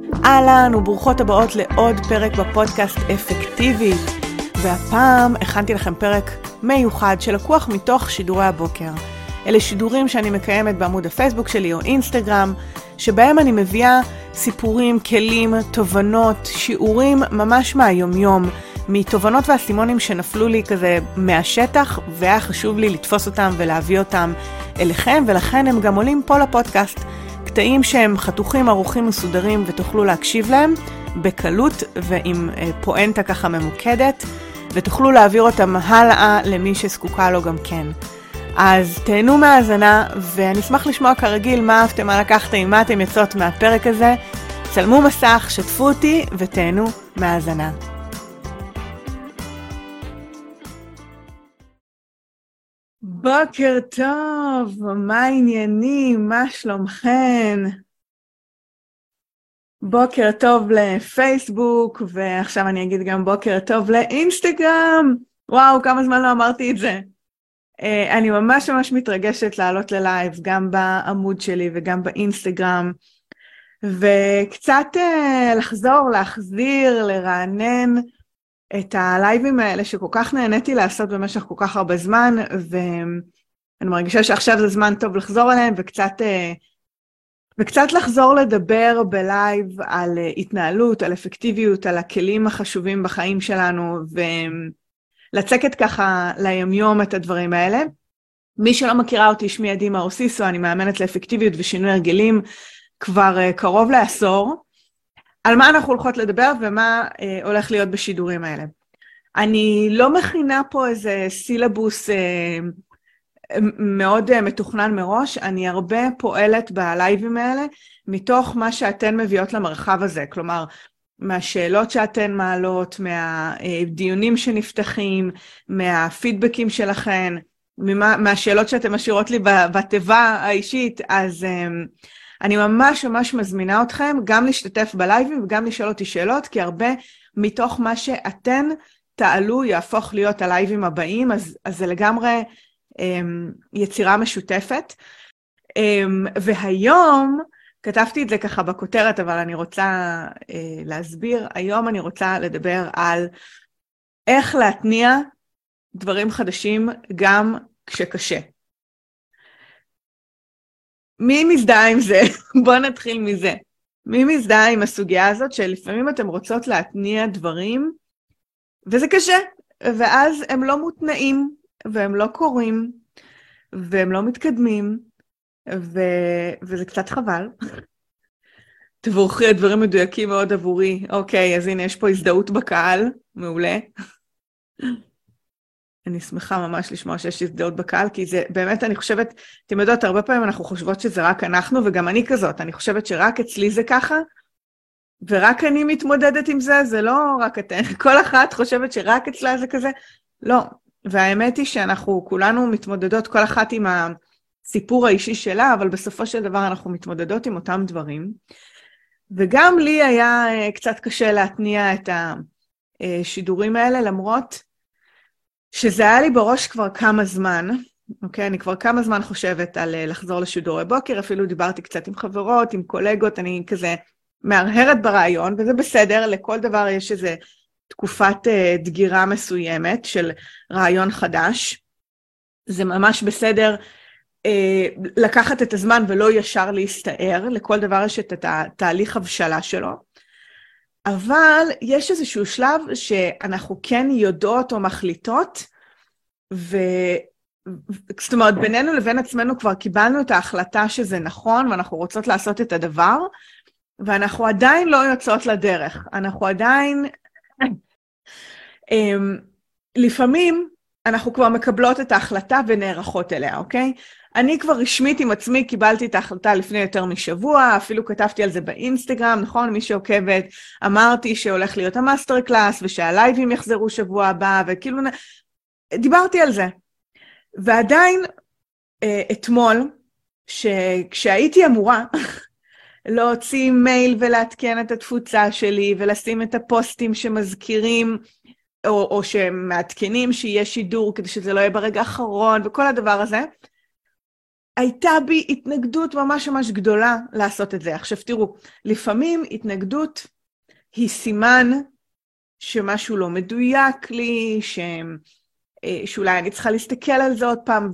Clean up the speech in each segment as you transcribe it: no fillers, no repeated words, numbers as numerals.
אהלן וברוכות הבאות לעוד פרק בפודקאסט אפקטיבית. והפעם הכנתי לכם פרק מיוחד שלקוח מתוך שידורי הבוקר. אלה שידורים שאני מקיימת בעמוד הפייסבוק שלי או אינסטגרם, שבהם אני מביאה סיפורים, כלים, תובנות, שיעורים ממש מהיומיום, מתובנות והסימונים שנפלו לי כזה מהשטח, והיה חשוב לי לתפוס אותם ולהביא אותם אליכם, ולכן הם גם עולים פה לפודקאסט. קטעים שהם חתוכים, ערוכים, מסודרים, ותוכלו להקשיב להם בקלות ועם פואנטה ככה ממוקדת, ותוכלו להעביר אותם הלאה למי שזקוקה לו גם כן. אז תהנו מהאזנה, ואני אשמח לשמוע כרגיל מה אהבתם, מה לקחתם, מה אתם יוצאות מהפרק הזה. צלמו מסך, שתפו אותי ותהנו מהאזנה. בוקר טוב, מה העניינים, מה שלומכן? בוקר טוב לפייסבוק, ועכשיו אני אגיד גם בוקר טוב לאינסטגרם. וואו, כמה זמן לא אמרתי את זה. אני ממש מתרגשת לעלות ללייב, גם בעמוד שלי וגם באינסטגרם, וקצת לחזור, להחזיר, לרענן את הלייבים האלה שכל כך נהניתי לעשות במשך כל כך הרבה זמן, ואני מרגישה שעכשיו זה זמן טוב לחזור אליהם, וקצת לחזור לדבר בלייב על התנהלות, על אפקטיביות, על הכלים החשובים בחיים שלנו, ולצקת ככה ליומיום את הדברים האלה. מי שלא מכירה אותי, שמי עדי מרוסיסו, אני מאמנת לאפקטיביות ושינוי הרגלים כבר קרוב לעשור. על מה אנחנו הולכות לדבר ומה הולך להיות בשידורים האלה. אני לא מכינה פה איזה סילבוס מאוד מתוכנן מראש, אני הרבה פועלת בלייבים האלה מתוך מה שאתן מביאות למרחב הזה, כלומר, מהשאלות שאתן מעלות, מהדיונים שנפתחים, מהפידבקים שלכן, מהשאלות שאתן משאירות לי בתיבה האישית, אז אני ממש מזמינה אתכם גם להשתתף בלייבים וגם לשאול אותי שאלות, כי הרבה מתוך מה שאתן תעלו יהפוך להיות הלייבים הבאים, אז זה לגמרי יצירה משותפת. והיום, כתבתי את זה ככה בכותרת, אבל אני רוצה להסביר, היום אני רוצה לדבר על איך להתניע דברים חדשים גם כשקשה. מי מזדהה עם זה? בוא נתחיל מזה. מי מזדהה עם הסוגיה הזאת שלפעמים אתם רוצות להתניע דברים, וזה קשה, ואז הם לא מותנעים, והם לא קורים, והם לא מתקדמים, וזה קצת חבל. תבורכי, הדברים מדויקים מאוד עבורי. אוקיי, אז הנה, יש פה הזדהות בקהל, מעולה. אני שמחה ממש לשמוע שיש הזדהות בקהל, כי זה באמת, אני חושבת, אתם יודעות, הרבה פעמים אנחנו חושבות שזה רק אנחנו, וגם אני כזאת, אני חושבת שרק אצלי זה ככה, ורק אני מתמודדת עם זה, זה לא רק אתן, כל אחת חושבת שרק אצלה זה כזה, לא, והאמת היא שאנחנו כולנו מתמודדות, כל אחת עם הסיפור האישי שלה, אבל בסופו של דבר אנחנו מתמודדות עם אותם דברים, וגם לי היה קצת קשה להתניע את השידורים האלה, למרות שזה היה לי בראש כבר כמה זמן, אוקיי? אני כבר כמה זמן חושבת על לחזור לשידורי בוקר, אפילו דיברתי קצת עם חברות, עם קולגות, אני כזה מהרהרת ברעיון, וזה בסדר, לכל דבר יש איזו תקופת דגירה מסוימת של רעיון חדש, זה ממש בסדר לקחת את הזמן ולא ישר להסתער, לכל דבר יש את התהליך הבשלה שלו, אבל יש איזשהו שלב שאנחנו כן יודעות או מחליטות, זאת אומרת, בינינו לבין עצמנו כבר קיבלנו את ההחלטה שזה נכון, ואנחנו רוצות לעשות את הדבר, ואנחנו עדיין לא יוצאות לדרך. אנחנו עדיין, לפעמים אנחנו כבר מקבלות את ההחלטה ונערכות אליה, אוקיי? אני כבר רשמית עם עצמי קיבלתי את ההחלטה לפני יותר משבוע, אפילו כתבתי על זה באינסטגרם, נכון? מי שעוקבת, אמרתי שהולך להיות המאסטר קלאס, ושהלייבים יחזרו שבוע הבא, וכאילו דיברתי על זה. ועדיין, אתמול, כשהייתי אמורה להוציא מייל ולהתקן את התפוצה שלי, ולשים את הפוסטים שמזכירים, או שמעדכנים שיהיה שידור, כדי שזה לא יהיה ברגע האחרון, וכל הדבר הזה, הייתה בי התנגדות ממש ממש גדולה לעשות את זה. עכשיו תראו, לפעמים התנגדות היא סימן שמשהו לא מדויק לי, שאולי אני צריכה להסתכל על זה עוד פעם,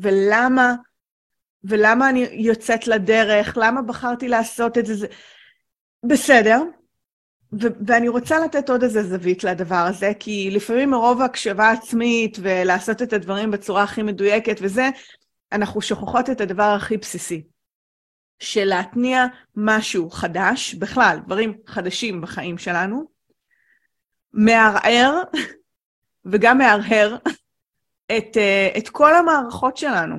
ולמה אני יוצאת לדרך, למה בחרתי לעשות את זה, זה בסדר. ואני רוצה לתת עוד איזה זווית לדבר הזה, כי לפעמים מרוב הקשבה עצמית ולעשות את הדברים בצורה הכי מדויקת וזה, אנחנו שוכחות את הדבר הכי בסיסי, של להתניע משהו חדש, בכלל, דברים חדשים בחיים שלנו, מערער וגם מערער את כל המערכות שלנו.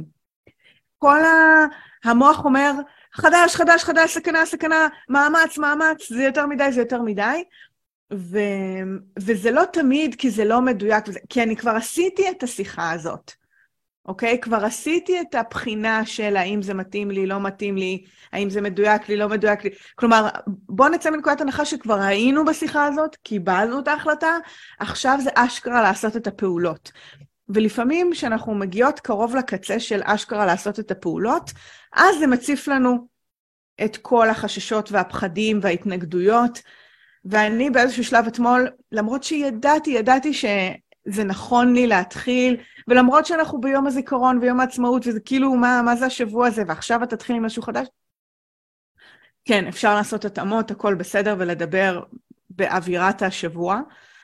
המוח אומר, חדש, חדש, חדש, סכנה, סכנה, מאמץ, מאמץ, זה יותר מדי, זה יותר מדי. וזה לא תמיד כי זה לא מדויק, כי אני כבר עשיתי את השיחה הזאת. אוקיי? כבר עשיתי את הבחינה של האם זה מתאים לי, לא מתאים לי, האם זה מדויק לי, לא מדויק לי. כלומר, בוא נצא מנקודת הנחה שכבר היינו בשיחה הזאת, קיבלנו את ההחלטה, עכשיו זה אשכרה לעשות את הפעולות. ולפעמים כשאנחנו מגיעות קרוב לקצה של אשכרה לעשות את הפעולות, אז זה מציף לנו את כל החששות והפחדים וההתנגדויות, ואני באיזשהו שלב אתמול, למרות שידעתי שזה נכון לי להתחיל, ולמרות שאנחנו ביום הזיכרון ויום העצמאות, וזה כאילו מה זה השבוע הזה, ועכשיו אתה תתחיל עם משהו חדש, כן, אפשר לעשות התאמות, הכל בסדר, ולדבר באווירת השבוע,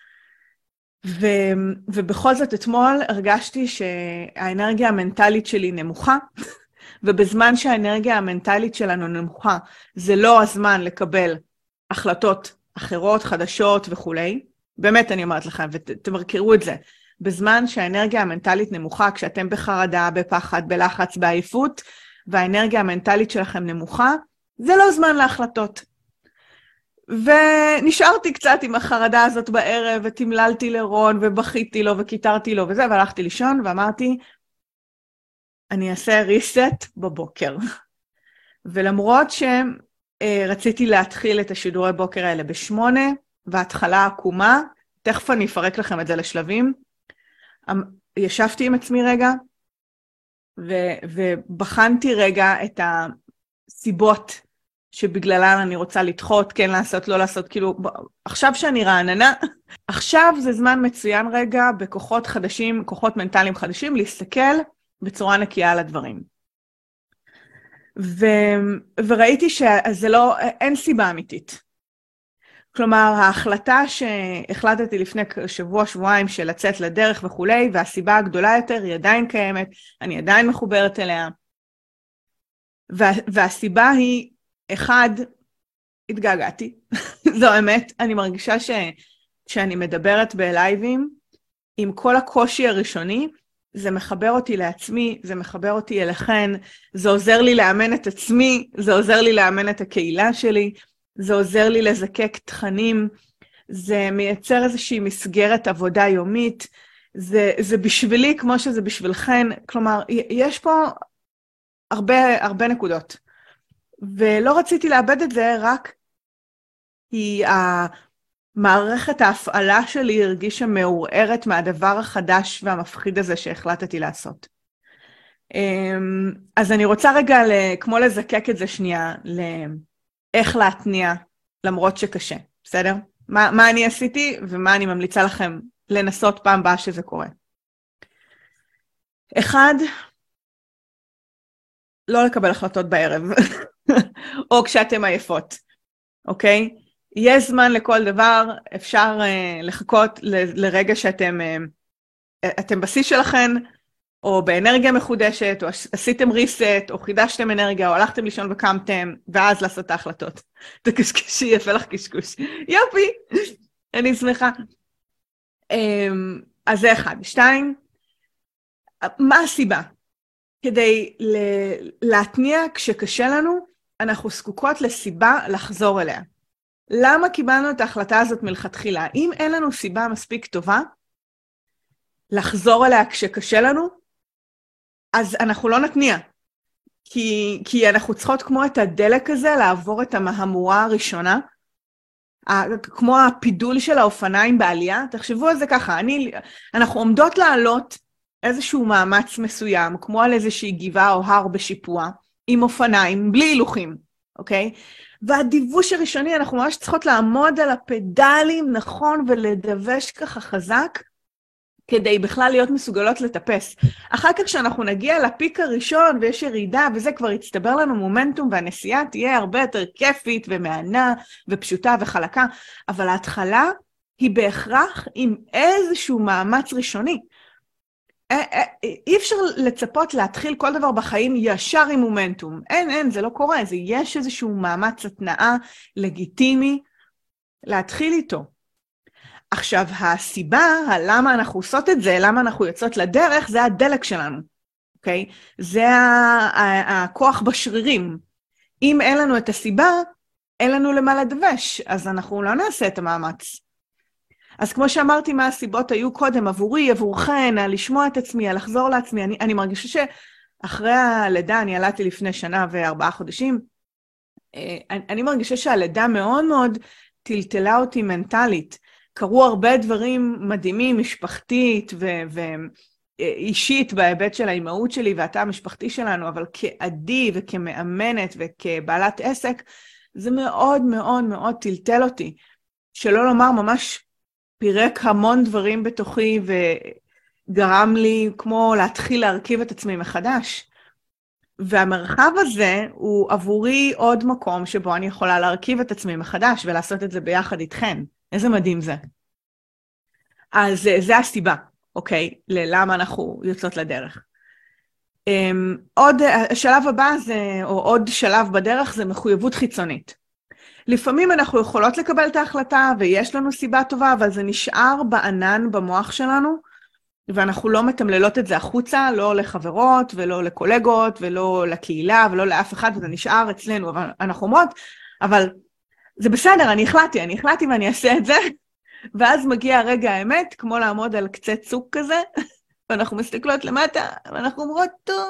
ובכל זאת אתמול הרגשתי שהאנרגיה המנטלית שלי נמוכה, ובזמן שהאנרגיה המנטלית שלנו נמוכה, זה לא הזמן לקבל החלטות אחרות, חדשות וכולי. באמת אני אומרת לכם, ותמרכרו את זה. בזמן שהאנרגיה המנטלית נמוכה, כשאתם בחרדה, בפחד, בלחץ, בעייפות, והאנרגיה המנטלית שלכם נמוכה, זה לא זמן להחלטות. ונשארתי קצת עם החרדה הזאת בערב, ותמללתי לרון, ובכיתי לו, וכיתרתי לו, וזה, והלכתי לישון, ואמרתי, אני אעשה ריסט בבוקר. ולמרות שרציתי להתחיל את השידורי בוקר האלה ב8, וההתחלה עקומה, תכף אני אפרק לכם את זה לשלבים, ישבתי עם עצמי רגע, ובחנתי רגע את הסיבות שבגללן אני רוצה לדחות, כן לעשות, לא לעשות, כאילו, עכשיו שאני רעננה, עכשיו זה זמן מצוין רגע בכוחות חדשים, כוחות מנטליים חדשים, להסתכל בצורה נקייה על הדברים. וראיתי שזה לא, אין סיבה אמיתית. כלומר, ההחלטה שהחלטתי לפני שבוע-שבועיים של לצאת לדרך וכולי, והסיבה הגדולה יותר היא עדיין קיימת, אני עדיין מחוברת אליה. והסיבה היא, אחד, התגעגעתי. זו האמת, אני מרגישה שאני מדברת בלייבים, עם כל הקושי הראשוני, זה מחבר אותי לעצמי, זה מחבר אותי אליכן, זה עוזר לי לאמן את עצמי, זה עוזר לי לאמן את הקהילה שלי, זה עוזר לי לזקק תכנים, זה מייצר איזושהי מסגרת עבודה יומית, זה בשבילי כמו שזה בשבילכן, כלומר, יש פה הרבה נקודות. ולא רציתי לאבד את זה, רק כי מערכת ההפעלה שלי הרגישה מעורערת מהדבר החדש והמפחיד הזה שהחלטתי לעשות. אז אני רוצה רגע כמו לזקק את זה שנייה, לאיך להתניע למרות שקשה, בסדר? מה אני עשיתי ומה אני ממליצה לכם לנסות פעם הבאה שזה קורה. אחד, לא לקבל החלטות בערב, או כשאתם עייפות, אוקיי? יש זמן לכל דבר, אפשר לחכות לרגע שאתם בשיא שלכם, או באנרגיה מחודשת, או עשיתם ריסט, או חידשתם אנרגיה, או הלכתם לישון וקמתם, ואז לעשות את ההחלטות. תקשקשי, יפה לך קשקוש. יופי, אני שמחה. אז זה אחד. שתיים, מה הסיבה? כדי להתניע כשקשה לנו, אנחנו זקוקות לסיבה לחזור אליה. למה קיבלנו את ההחלטה הזאת מלכתחילה? אם אין לנו סיבה מספיק טובה לחזור אליה כשקשה לנו, אז אנחנו לא נתניע. כי אנחנו צריכות כמו את הדלק הזה לעבור את המהמורה הראשונה, כמו הפידול של האופניים בעלייה. תחשבו על זה ככה, אנחנו עומדות לעלות איזשהו מאמץ מסוים, כמו על איזושהי גבעה או הר בשיפוע, עם אופניים, בלי הילוכים, אוקיי? והדיווש הראשוני, אנחנו ממש צריכות לעמוד על הפדלים, נכון, ולדווש ככה חזק, כדי בכלל להיות מסוגלות לטפס. אחר כך כשאנחנו נגיע לפיק הראשון ויש ירידה, וזה כבר יצטבר לנו מומנטום, והנסיעה תהיה הרבה יותר כיפית ומענה ופשוטה וחלקה, אבל ההתחלה היא בהכרח עם איזשהו מאמץ ראשוני. אי אפשר לצפות להתחיל כל דבר בחיים ישר עם מומנטום. אין, זה לא קורה. יש איזשהו מאמץ התנאה לגיטימי להתחיל איתו. עכשיו, הסיבה, למה אנחנו עושות את זה, למה אנחנו יוצאות לדרך, זה הדלק שלנו, אוקיי? זה הכוח בשרירים. אם אין לנו את הסיבה, אין לנו למה לדווש, אז אנחנו לא נעשה את המאמץ. אז כמו שאמרתי, מה הסיבות היו קודם, עבורי, עבורכן, לשמוע את עצמי, לחזור לעצמי, אני מרגישה שאחרי הלידה, אני ילדתי לפני 1 ו4 חודשים, אני מרגישה שהלידה מאוד מאוד טלטלה אותי מנטלית, קרו הרבה דברים מדהימים, משפחתית ואישית בהיבט של האימהות שלי והתא המשפחתי שלנו, אבל כעדי וכמאמנת וכבעלת עסק, זה מאוד מאוד מאוד טלטל אותי, שלא לומר ממש פירק המון דברים בתוכי וגרם לי כמו להתחיל להרכיב את עצמי מחדש. והמרחב הזה הוא עבורי עוד מקום שבו אני יכולה להרכיב את עצמי מחדש ולעשות את זה ביחד איתכן. איזה מדהים זה. אז זה הסיבה, אוקיי, ללמה אנחנו יוצאות לדרך. עוד השלב הבא זה, או עוד שלב בדרך זה מחויבות חיצונית. לפעמים אנחנו יכולות לקבל את ההחלטה ויש לנו סיבה טובה, אבל זה נשאר בענן במוח שלנו, ואנחנו לא מתמללות את זה החוצה, לא לחברות ולא לקולגות ולא לקהילה ולא לאף אחד, וזה נשאר אצלנו, אבל אנחנו אומרות, אבל זה בסדר, אני החלטתי ואני אעשה את זה, ואז מגיע רגע האמת, כמו לעמוד על קצה צוק כזה, ואנחנו מסתכלות למטה, ואנחנו אומרות, טוב,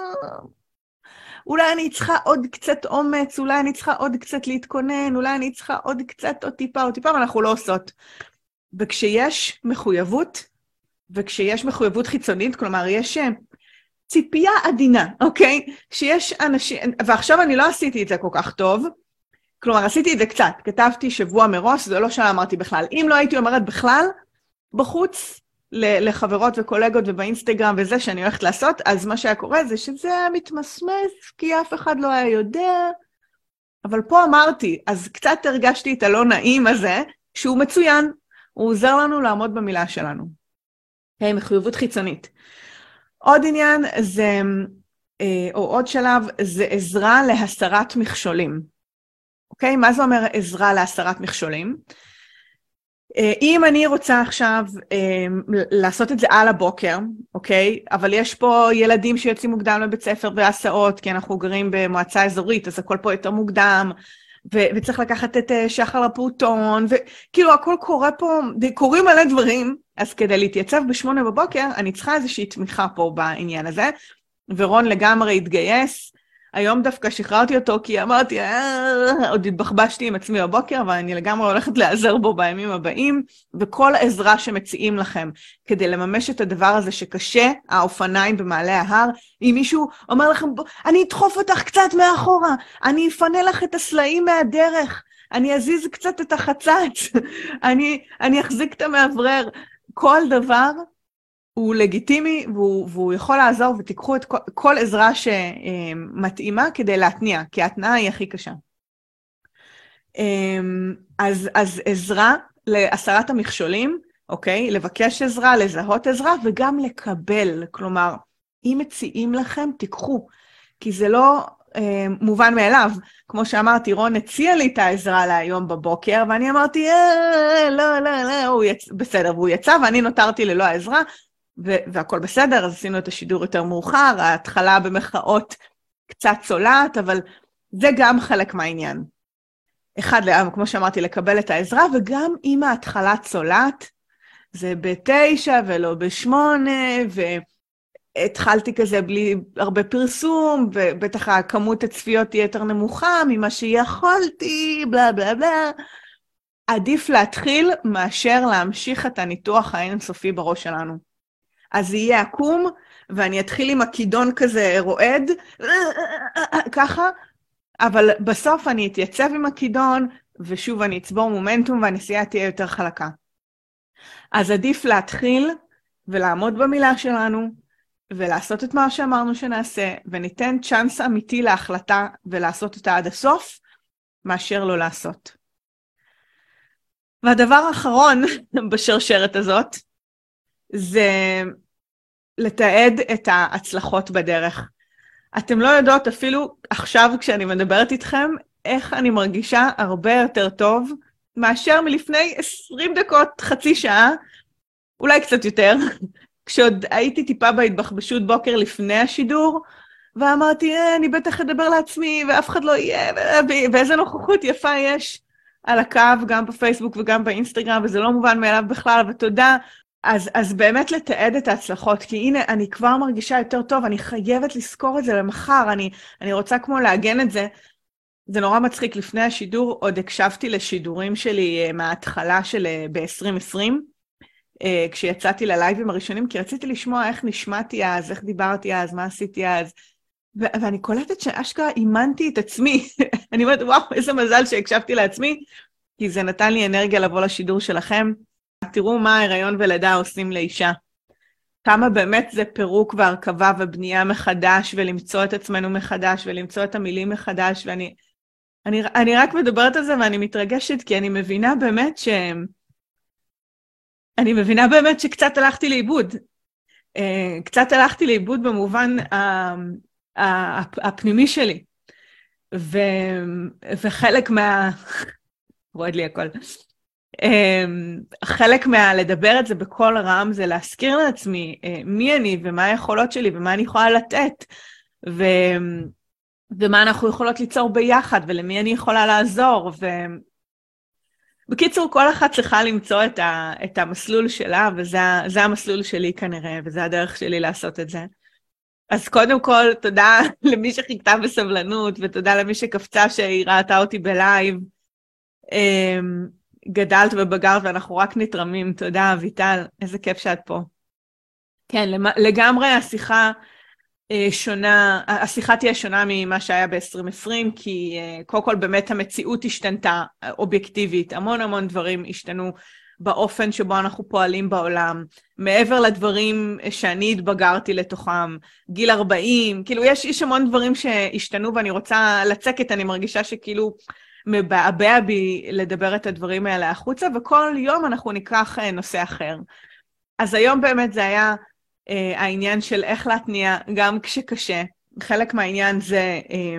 אולי אני צריכה עוד קצת אומץ, אולי אני צריכה עוד קצת להתכונן, אולי אני צריכה עוד קצת עוד טיפה, ואנחנו לא עושות. וכשיש מחויבות, וכשיש מחויבות חיצונית, כלומר, יש ציפייה עדינה, אוקיי? שיש אנשים, ועכשיו אני לא עשיתי את זה כל כך טוב, כלומר, עשיתי את זה קצת, כתבתי שבוע מראש, זה לא שאמרתי בכלל. אם לא הייתי אומרת בכלל, בחוץ לחברות וקולגות ובאינסטגרם וזה שאני הולכת לעשות, אז מה שהיה קורה זה שזה היה מתמסמס, כי אף אחד לא היה יודע, אבל פה אמרתי, אז קצת הרגשתי את הלא נעים הזה, שהוא מצוין, הוא עוזר לנו לעמוד במילה שלנו. היי, מחויבות חיצונית. עוד עניין זה, או עוד שלב, זה עזרה להסרת מכשולים. אוקיי? מה זה אומר עזרה להסרת מכשולים? אם אני רוצה עכשיו לעשות את זה על הבוקר, אוקיי? אבל יש פה ילדים שיוצאים מוקדם לבית ספר והסעות, כי אנחנו גרים במועצה אזורית, אז הכל פה יותר מוקדם, וצריך לקחת את שחר לפעוטון, וכאילו הכל קורה פה, קורים מלא דברים, אז כדי להתייצב ב8 בבוקר, אני צריכה איזושהי תמיכה פה בעניין הזה, ורון לגמרי התגייס, היום דווקא שחררתי אותו, כי אמרתי, עוד התבחבשתי עם עצמי בבוקר, אבל אני לגמרי הולכת לעזר בו בימים הבאים, וכל העזרה שמציעים לכם, כדי לממש את הדבר הזה שקשה, האופניים במעלה ההר, אם מישהו אומר לכם, אני אדחוף אותך קצת מאחורה, אני אפנה לך את הסלעים מהדרך, אני אזיז קצת את החצץ, אני אחזיק את המעברר, כל דבר, הוא לגיטימי והוא יכול לעזור, ותיקחו את כל עזרה שמתאימה כדי להתניע, כי ההתנעה היא הכי קשה. אז עזרה להסרת המכשולים, אוקיי? לבקש עזרה, לזהות עזרה, וגם לקבל. כלומר, אם מציעים לכם, תיקחו, כי זה לא מובן מאליו. כמו שאמרתי, רון הציע לי את העזרה להיום בבוקר, ואני אמרתי, לא, הוא בסדר, והוא יצא, ואני נותרתי ללא העזרה, והכל בסדר, אז עשינו את השידור יותר מאוחר, ההתחלה במחאות קצת צולעת, אבל זה גם חלק מהעניין. אחד, כמו שאמרתי, לקבל את העזרה, וגם אם ההתחלה צולעת, זה ב9 ולא ב8, והתחלתי כזה בלי הרבה פרסום, ובטח הכמות הצפיות תהיה יותר נמוכה ממה שיכולתי, בלה בלה בלה. עדיף להתחיל מאשר להמשיך את הניתוח האינסופי בראש שלנו. אז זה יהיה עקום, ואני אתחיל עם הכידון כזה רועד, ככה, אבל בסוף אני אתייצב עם הכידון, ושוב אני אצבור מומנטום, והנסיעה תהיה יותר חלקה. אז עדיף להתחיל, ולעמוד במילה שלנו, ולעשות את מה שאמרנו שנעשה, וניתן צ'אנס אמיתי להחלטה, ולעשות אותה עד הסוף, מאשר לא לעשות. והדבר האחרון בשרשרת הזאת, זה לתעד את ההצלחות בדרך. אתם לא יודעות אפילו עכשיו כשאני מדברת איתכם, איך אני מרגישה הרבה יותר טוב, מאשר מלפני 20 דקות, חצי שעה, אולי קצת יותר, כשעוד הייתי טיפה בהתבחבשות בוקר לפני השידור, ואמרתי, אני בטח אדבר לעצמי, ואף אחד לא יהיה, ואיזה נוכחות יפה יש על הקו, גם בפייסבוק וגם באינסטגרם, וזה לא מובן מאליו בכלל, ותודה. אז באמת לתעד את ההצלחות, כי הנה, אני כבר מרגישה יותר טוב, אני חייבת לזכור את זה למחר, אני רוצה כמו לעגן את זה. זה נורא מצחיק, לפני השידור עוד הקשבתי לשידורים שלי מההתחלה של ב-2020, כשיצאתי ללייבים הראשונים, כי רציתי לשמוע איך נשמעתי אז, איך דיברתי אז, מה עשיתי אז, ואני קולטת שאשכרה אימנתי את עצמי, אני אומרת, וואו, איזה מזל שהקשבתי לעצמי, כי זה נתן לי אנרגיה לבוא לשידור שלכם. תראו מה ההיריון ולידה עושים לאישה. כמה באמת זה פירוק והרכבה ובנייה מחדש, ולמצוא את עצמנו מחדש, ולמצוא את המילים מחדש, ואני רק מדברת על זה, ואני מתרגשת, כי אני מבינה באמת שקצת הלכתי לאיבוד. קצת הלכתי לאיבוד במובן הפנימי שלי. וחלק רועד לי הכל. חלק לדבר את זה בכל רם, זה להזכיר לעצמי מי אני ומה היכולות שלי ומה אני יכולה לתת, ומה אנחנו יכולות ליצור ביחד, ולמי אני יכולה לעזור. בקיצור, כל אחת צריכה למצוא את המסלול שלה, וזה המסלול שלי כנראה, וזה הדרך שלי לעשות את זה. אז קודם כל, תודה למי שחיכתה בסבלנות, ותודה למי שקפצה שהיא ראתה אותי בלייב. גדלת ובגרת ואנחנו רק נתרמים. תודה, אביטל, איזה כיף שאת פה. כן, לגמרי השיחה שונה, השיחה תהיה שונה ממה שהיה ב-2020, כי קודם כל באמת המציאות השתנתה אובייקטיבית, המון דברים השתנו באופן שבו אנחנו פועלים בעולם, מעבר לדברים שאני התבגרתי לתוכם, גיל 40, כאילו יש המון דברים שהשתנו, ואני רוצה לצקת, אני מרגישה שכאילו מבעבע בי לדבר את הדברים האלה החוצה, וכל יום אנחנו ניקח נושא אחר. אז היום באמת זה היה העניין של איך להתניע גם כשקשה. חלק מהעניין זה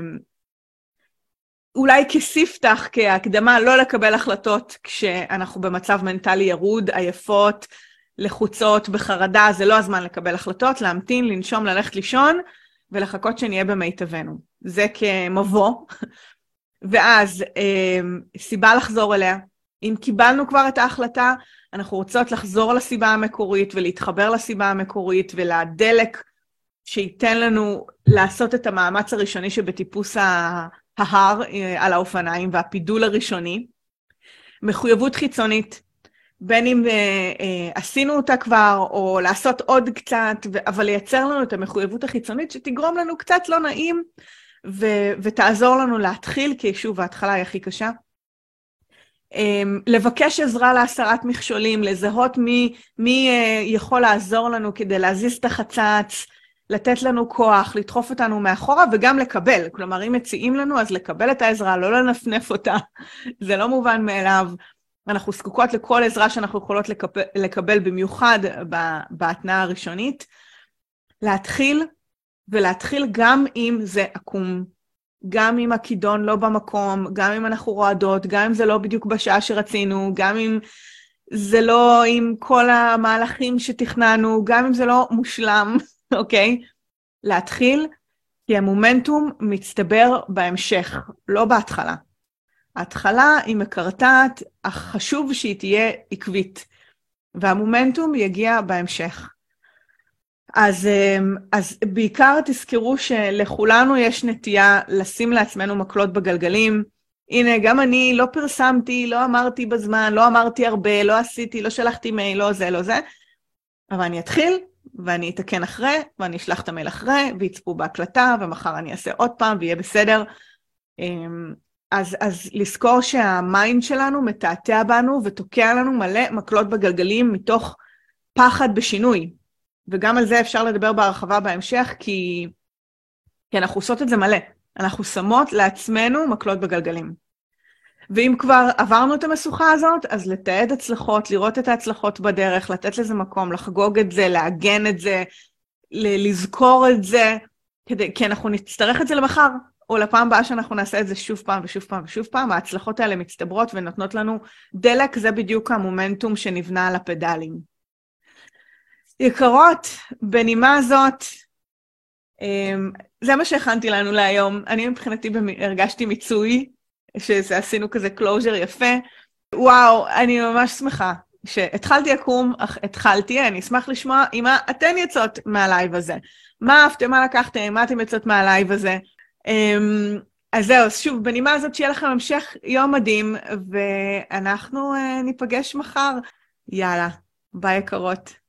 אולי כספתח, כהקדמה, לא לקבל החלטות כשאנחנו במצב מנטלי ירוד, עייפות, לחוצות, בחרדה, זה לא הזמן לקבל החלטות, להמתין, לנשום, ללכת לישון, ולחכות שנהיה במיטבנו. זה כמבוא. ואז סיבה לחזור אליה. אם קיבלנו כבר את ההחלטה, אנחנו רוצות לחזור לסיבה המקורית, ולהתחבר לסיבה המקורית, ולדלק שייתן לנו לעשות את המאמץ הראשוני שבטיפוס ההר על האופניים, והפידול הראשוני. מחויבות חיצונית, בין אם עשינו אותה כבר, או לעשות עוד קצת, אבל לייצר לנו את המחויבות החיצונית, שתגרום לנו קצת לא נעים, ותעזור לנו להתחיל, כי שוב, ההתחלה היא הכי קשה. לבקש עזרה להסרת מכשולים, לזהות מי יכול לעזור לנו כדי להזיז את החצץ, לתת לנו כוח, לדחוף אותנו מאחורה, וגם לקבל. כלומר, אם מציעים לנו, אז לקבל את העזרה, לא לנפנף אותה. זה לא מובן מאליו. אנחנו זקוקות לכל עזרה שאנחנו יכולות לקבל, במיוחד בהתנעה הראשונית. ולהתחיל גם אם זה עקום, גם אם הכידון לא במקום, גם אם אנחנו רועדות, גם אם זה לא בדיוק בשעה שרצינו, גם אם זה לא עם כל המהלכים שתכננו, גם אם זה לא מושלם, אוקיי? להתחיל, כי המומנטום מצטבר בהמשך, לא בהתחלה. ההתחלה היא מקרטעת, אך חשוב שהיא תהיה עקבית, והמומנטום יגיע בהמשך. אז בעיקר תזכרו שלכולנו יש נטייה לשים לעצמנו מקלות בגלגלים. הנה, גם אני לא פרסמתי, לא אמרתי בזמן, לא אמרתי הרבה, לא עשיתי, לא שלחתי מייל, לא זה, לא זה. אבל אני אתחיל, ואני אתקן אחרי, ואני אשלח את המייל אחרי, ויצפו בהקלטה, ומחר אני אעשה עוד פעם, ויהיה בסדר. אז לזכור שהמיינד שלנו מתעתע בנו, ותוקע לנו מלא מקלות בגלגלים, מתוך פחד בשינוי. וגם על זה אפשר לדבר בהרחבה בהמשך, כי אנחנו עושות את זה מלא. אנחנו שמות לעצמנו מקלות בגלגלים. ואם כבר עברנו את המשוכה הזאת, אז לתעד הצלחות, לראות את ההצלחות בדרך, לתת לזה מקום, לחגוג את זה, לעגן את זה, לזכור את זה, כי אנחנו נצטרך את זה למחר, או לפעם הבאה שאנחנו נעשה את זה שוב פעם ושוב פעם ושוב פעם, ההצלחות האלה מצטברות ונותנות לנו דלק, זה בדיוק המומנטום שנבנה על הפדלים. יקרות, בנימה הזאת, זה מה שהכנתי לנו להיום. אני מבחינתי הרגשתי מיצוי, שעשינו כזה קלוז'ר יפה. וואו, אני ממש שמחה שהתחלתי לקום, אני אשמח לשמוע עם מה אתן יצאות מהלייב הזה. מה אהבתם, מה לקחתם, מה אתם יצאות מהלייב הזה. אז זהו, שוב, בנימה הזאת שיהיה לכם המשך יום מדהים, ואנחנו ניפגש מחר. יאללה, ביי יקרות.